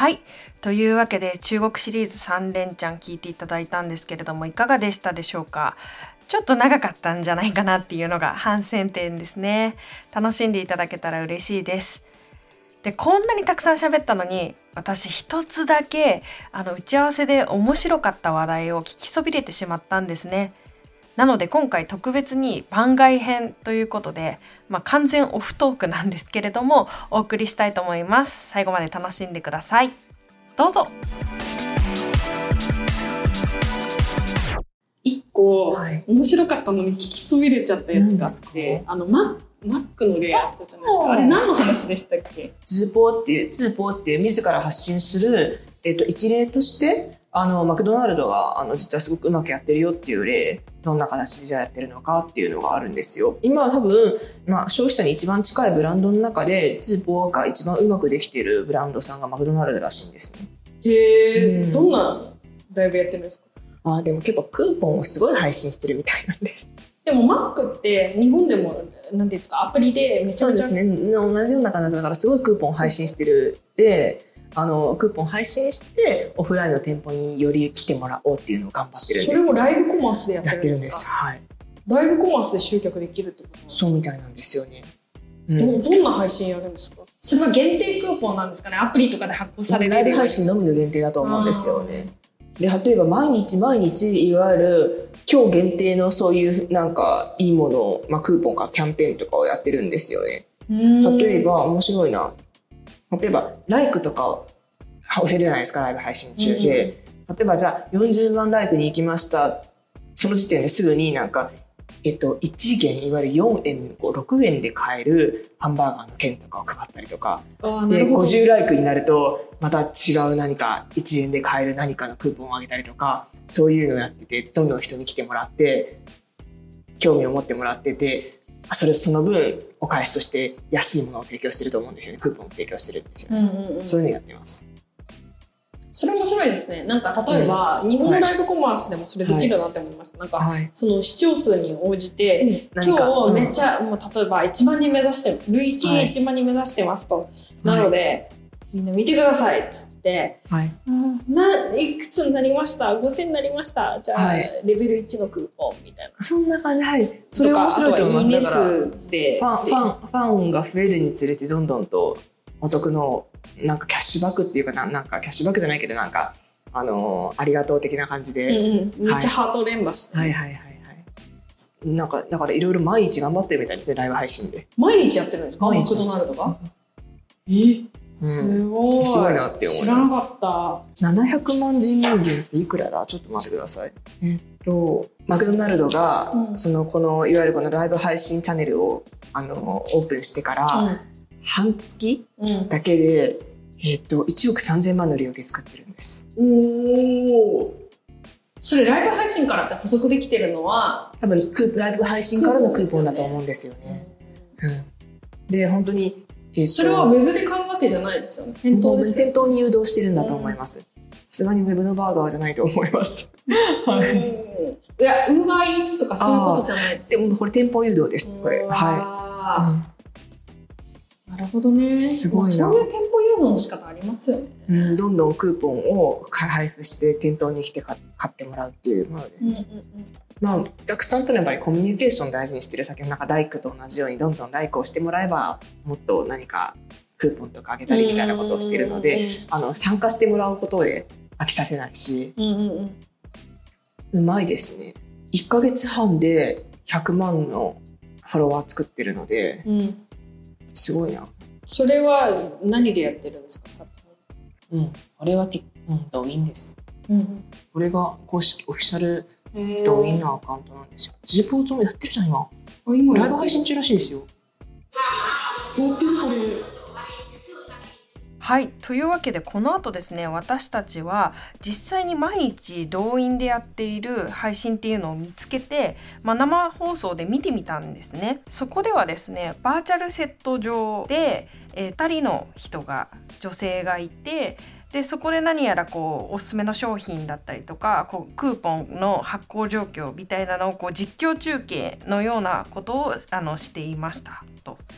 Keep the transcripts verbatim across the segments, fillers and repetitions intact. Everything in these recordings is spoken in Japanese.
はい、というわけで中国シリーズさん連チャン聞いていただいたんですけれども、いかがでしたでしょうか。ちょっと長かったんじゃないかなっていうのが反省点ですね。楽しんでいただけたら嬉しいです。で、こんなにたくさん喋ったのに、私一つだけあの打ち合わせで面白かった話題を聞きそびれてしまったんですね。なので今回特別に番外編ということで、まあ、完全オフトークなんですけれどもお送りしたいと思います。最後まで楽しんでください。どうぞ。 一個、はい、面白かったのに聞きそびれちゃったやつがあって、あのママックの例あったじゃないですか。あれ何の話でしたっけ？ ズーポーっていうズーポーっていう自ら発信する、えっと、一例としてあのマクドナルドがあの実はすごくうまくやってるよっていう例、どんな形でじゃあやってるのかっていうのがあるんですよ。今は多分、まあ、消費者に一番近いブランドの中でズーポーが一番うまくできているブランドさんがマクドナルドらしいんですね。 へー、うん、どんなライブやってるんですか？ あ、でも結構クーポンをすごい配信してるみたいなんです。 でもマックって日本でもなんていうんですか、アプリでめちゃめちゃ、 そうですね、同じような感じだからすごいクーポン配信してるで、あのクーポン配信してオフラインの店舗により来てもらおうっていうのを頑張ってるんですよ。 それもライブコマースでやってるんですか？やってるんです、 はい。 ライブコマースで集客できるってことなんですか？ そうみたいなんですよね。 うん、ど, どんな配信やるんですか？それは限定クーポンなんですかね？アプリとかで発行されるライブ配信のみの限定だと思うんですよね。で、例えば毎日毎日いわゆる今日限定のそういうなんかいいものを、まあ、クーポンかキャンペーンとかをやってるんですよね。例えば面白いな、例えばライクとかを教えてじゃないですか、ライブ配信中で、例えばじゃあよんじゅうまんライクに行きました、その時点ですぐになんかえっと、いち元いわゆるよんえんろくえんで買えるハンバーガーの券とかを配ったりとかで、ごじゅうライクになるとまた違う何かいちえんで買える何かのクーポンをあげたりとか、そういうのをやってて、どんどん人に来てもらって興味を持ってもらってて、それその分お返しとして安いものを提供してると思うんですよね。クーポンを提供してるんですよ、うんうんうん、そういうのやってます。 それ面白いですね。なんか例えば、うん、日本のライブコマースでもそれできるなって思いました、はい、なんか、はい、その視聴数に応じて、うん、今日めっちゃ、うん、もう例えばいちまんにん目指して累計いちまんにん目指してますと、はい、なので、はい、みんな見てくださいっつって、はい、ないくつになりました、ごせんになりました、じゃあ、はい、レベルいちのクーポンみたいな、 そんな感じ、はい、それは面白いと思います。 いいね数でファン、ファン、ファンが増えるにつれてどんどんとお得のなんかキャッシュバックっていうかな、なんかキャッシュバックじゃないけどなんかあのー、ありがとう的な感じで、 うんうん、めっちゃハート連打して、 はい、はいはいはいはいなんかだからいろいろ毎日頑張ってるみたいですね、ライブ配信で。 毎日やってるんですか？マクドナルドが？え、すごい、うん、 すごいなって思います。 知らなかった。 ななひゃくまん人民元っていくらだ？ちょっと待ってください。えっとマクドナルドが、うん、そのこのいわゆるこのライブ配信チャンネルをあのオープンしてから、うん、半月だけで、うんえー、といちおくさんぜんまんの利益作ってるんです。 おー、それライブ配信からって補足できてるのは多分ライブ配信からのクーポンだと思うんですよね。うん、で本当に、 えー、それはウェブで買うわけじゃないですよね。店頭ですよね。 店頭に誘導してるんだと思います。さすがにウェブのバーガーじゃないと思います。 はい、いやウーバーイーツとかそういうことじゃないです。 でもこれ店舗誘導です。これはい、うんなるほどね。 すごいな。 そういう店舗誘導の仕方ありますよね。 うん、どんどんクーポンを配布して店頭に来て買ってもらうっていうものですね。うんうんうん、まあお客さんとのやっぱりコミュニケーションを大事にしてる先のなんかライクと同じようにどんどんライクをしてもらえばもっと何かクーポンとかあげたりみたいなことをしてるので、あの参加してもらうことで飽きさせないし、うんうんうん、うまいですね。いっかげつはんでひゃくまんのフォロワー作ってるので、うんすごいな。 それは何でやってるんですか？ うん、これはティ、うん、ドウインです、うん、これが公式オフィシャルドウインのアカウントなんですよ。ジーポーツもやってるじゃん今。今ライブ配信中らしいですよ。 やってるこれ。 はい、というわけでこの後ですね、私たちは実際に毎日動員でやっている配信っていうのを見つけて、まあ、生放送で見てみたんですね。そこではですね、バーチャルセット上で、えー、ふたりの人が女性がいて、でそこで何やらこうおすすめの商品だったりとかこうクーポンの発行状況みたいなのをこう実況中継のようなことをあのしていましたと。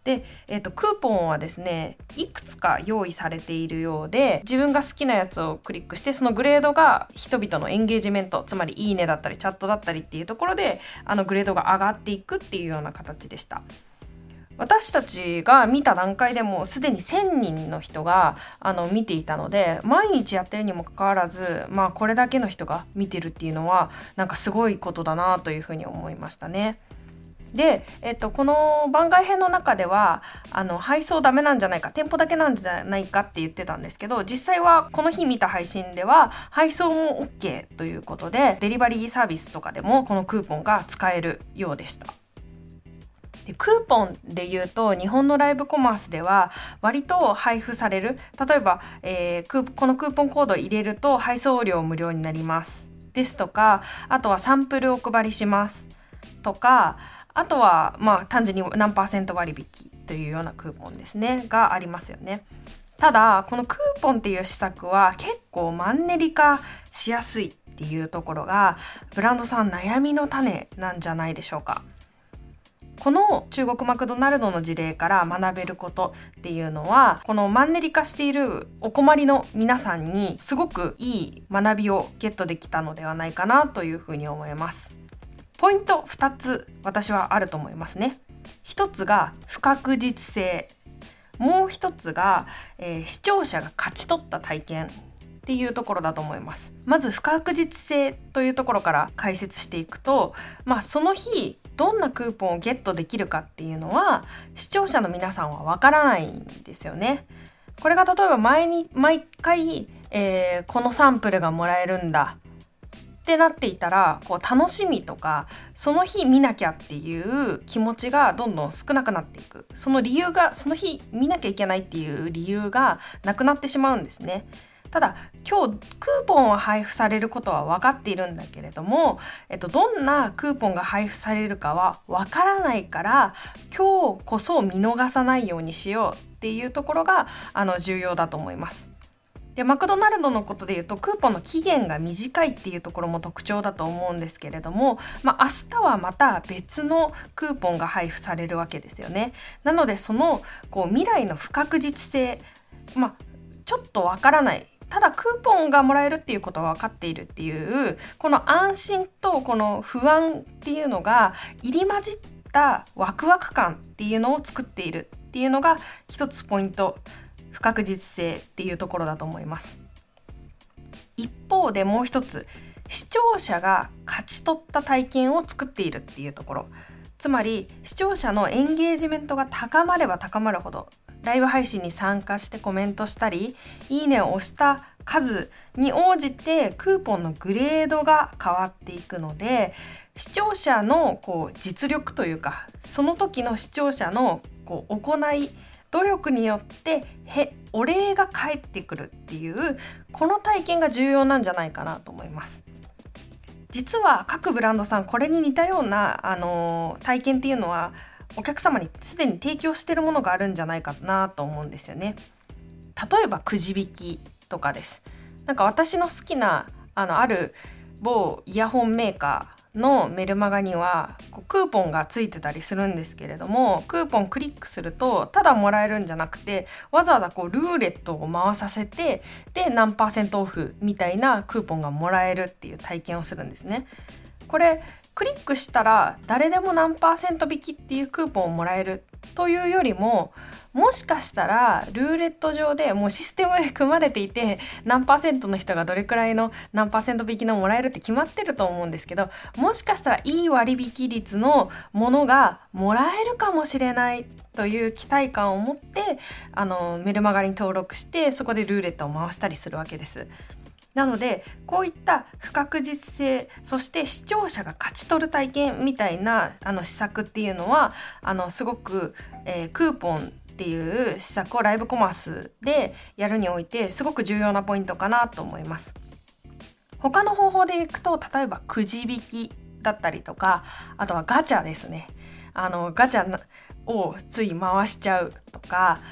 で、えーと、クーポンはですねいくつか用意されているようで、自分が好きなやつをクリックしてそのグレードが人々のエンゲージメント、つまりいいねだったりチャットだったりっていうところであのグレードが上がっていくっていうような形でした。私たちが見た段階でもすでにせんにんの人があの見ていたので、毎日やってるにもかかわらず、まあ、これだけの人が見てるっていうのはなんかすごいことだなというふうに思いましたね。で、えっと、この番外編の中ではあの配送ダメなんじゃないか、店舗だけなんじゃないかって言ってたんですけど、実際はこの日見た配信では配送も OK ということで、デリバリーサービスとかでもこのクーポンが使えるようでした。でクーポンで言うと日本のライブコマースでは割と配布される、例えば、えー、クーこのクーポンコードを入れると配送料無料になりますですとか、あとはサンプルをお配りしますとか、あとはまあ単純に何パーセント割引というようなクーポンですねがありますよね。ただこのクーポンっていう施策は結構マンネリ化しやすいっていうところがブランドさん悩みの種なんじゃないでしょうか。この中国マクドナルドの事例から学べることっていうのは、このマンネリ化しているお困りの皆さんにすごくいい学びをゲットできたのではないかなというふうに思います。ポイントふたつ私はあると思いますね。ひとつが不確実性、もう一つが、えー、視聴者が勝ち取った体験っていうところだと思います。まず不確実性というところから解説していくと、まあ、その日どんなクーポンをゲットできるかっていうのは視聴者の皆さんはわからないんですよね。これが例えば毎に毎回、えー、このサンプルがもらえるんだってなっていたら、こう楽しみとかその日見なきゃっていう気持ちがどんどん少なくなっていく。その理由が、その日見なきゃいけないっていう理由がなくなってしまうんですね。ただ今日クーポンは配布されることは分かっているんだけれども、えっと、どんなクーポンが配布されるかは分からないから、今日こそ見逃さないようにしようっていうところがあの重要だと思います。でマクドナルドのことで言うとクーポンの期限が短いっていうところも特徴だと思うんですけれども、まあ、明日はまた別のクーポンが配布されるわけですよね。なのでそのこう未来の不確実性、まあ、ちょっとわからない、ただクーポンがもらえるっていうことは分かっているっていうこの安心とこの不安っていうのが入り混じったワクワク感っていうのを作っているっていうのが一つポイント、不確実性っていうところだと思います。一方でもう一つ、視聴者が勝ち取った体験を作っているっていうところ、つまり視聴者のエンゲージメントが高まれば高まるほど、ライブ配信に参加してコメントしたりいいねを押した数に応じてクーポンのグレードが変わっていくので、視聴者のこう実力というか、その時の視聴者のこう行い努力によってへお礼が返ってくるっていうこの体験が重要なんじゃないかなと思います。実は各ブランドさんこれに似たような、あのー、体験っていうのはお客様にすでに提供しているものがあるんじゃないかなと思うんですよね。例えばくじ引きとかです。なんか私の好きな あの、ある某イヤホンメーカーのメルマガにはこうクーポンがついてたりするんですけれども、クーポンクリックするとただもらえるんじゃなくて、わざわざこうルーレットを回させて、で何パーセントオフみたいなクーポンがもらえるっていう体験をするんですね。これクリックしたら誰でも何パーセント引きっていうクーポンをもらえるというよりも、もしかしたらルーレット上でもうシステムで組まれていて、何パーセントの人がどれくらいの何パーセント引きのもらえるって決まってると思うんですけど、もしかしたらいい割引率のものがもらえるかもしれないという期待感を持って、あのメルマガに登録してそこでルーレットを回したりするわけです。なのでこういった不確実性、そして視聴者が勝ち取る体験みたいなあの施策っていうのはあのすごく、えー、クーポンっていう施策をライブコマースでやるにおいてすごく重要なポイントかなと思います。他の方法でいくと、例えばくじ引きだったりとか、あとはガチャですね。あのガチャをつい回しちゃうとか、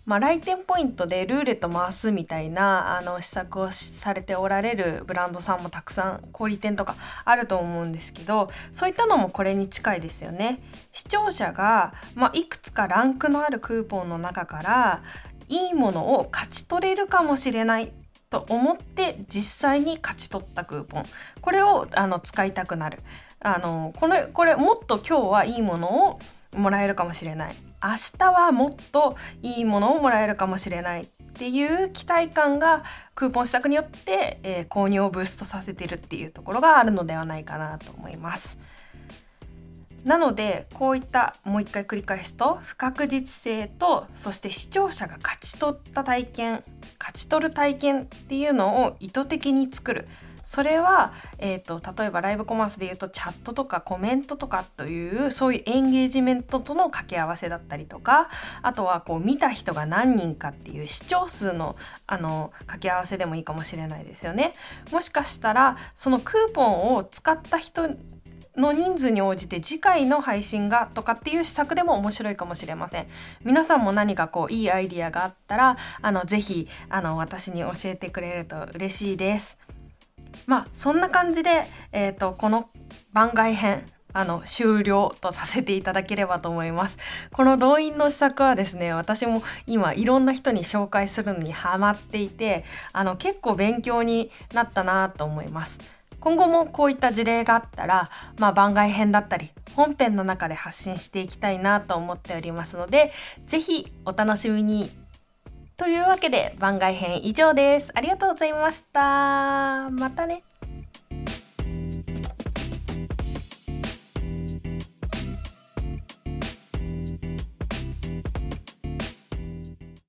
まあ、来店ポイントでルーレット回すみたいなあの施策をされておられるブランドさんもたくさん小売店とかあると思うんですけど、そういったのもこれに近いですよね。視聴者が、まあ、いくつかランクのあるクーポンの中からいいものを勝ち取れるかもしれないと思って実際に勝ち取ったクーポン、これをあの使いたくなる。あのこれこれもっと今日はいいものをもらえるかもしれない、明日はもっといいものをもらえるかもしれないっていう期待感がクーポン施策によって、えー、購入をブーストさせているっていうところがあるのではないかなと思います。なのでこういったもう一回繰り返すと不確実性と、そして視聴者が勝ち取った体験、勝ち取る体験っていうのを意図的に作る。それは、えーと、例えばライブコマースでいうとチャットとかコメントとかというそういうエンゲージメントとの掛け合わせだったりとか、あとはこう見た人が何人かっていう視聴数の、あの掛け合わせでもいいかもしれないですよね。もしかしたらそのクーポンを使った人の人数に応じて次回の配信がとかっていう施策でも面白いかもしれません。皆さんも何かこういいアイディアがあったらあのぜひあの私に教えてくれると嬉しいです。まあそんな感じで、えーと、この番外編あの終了とさせていただければと思います。この動員の施策はですね、私も今いろんな人に紹介するのにハマっていて、あの結構勉強になったなと思います。今後もこういった事例があったら、まあ、番外編だったり本編の中で発信していきたいなと思っておりますので、ぜひお楽しみに。というわけで番外編以上です。ありがとうございました。またね。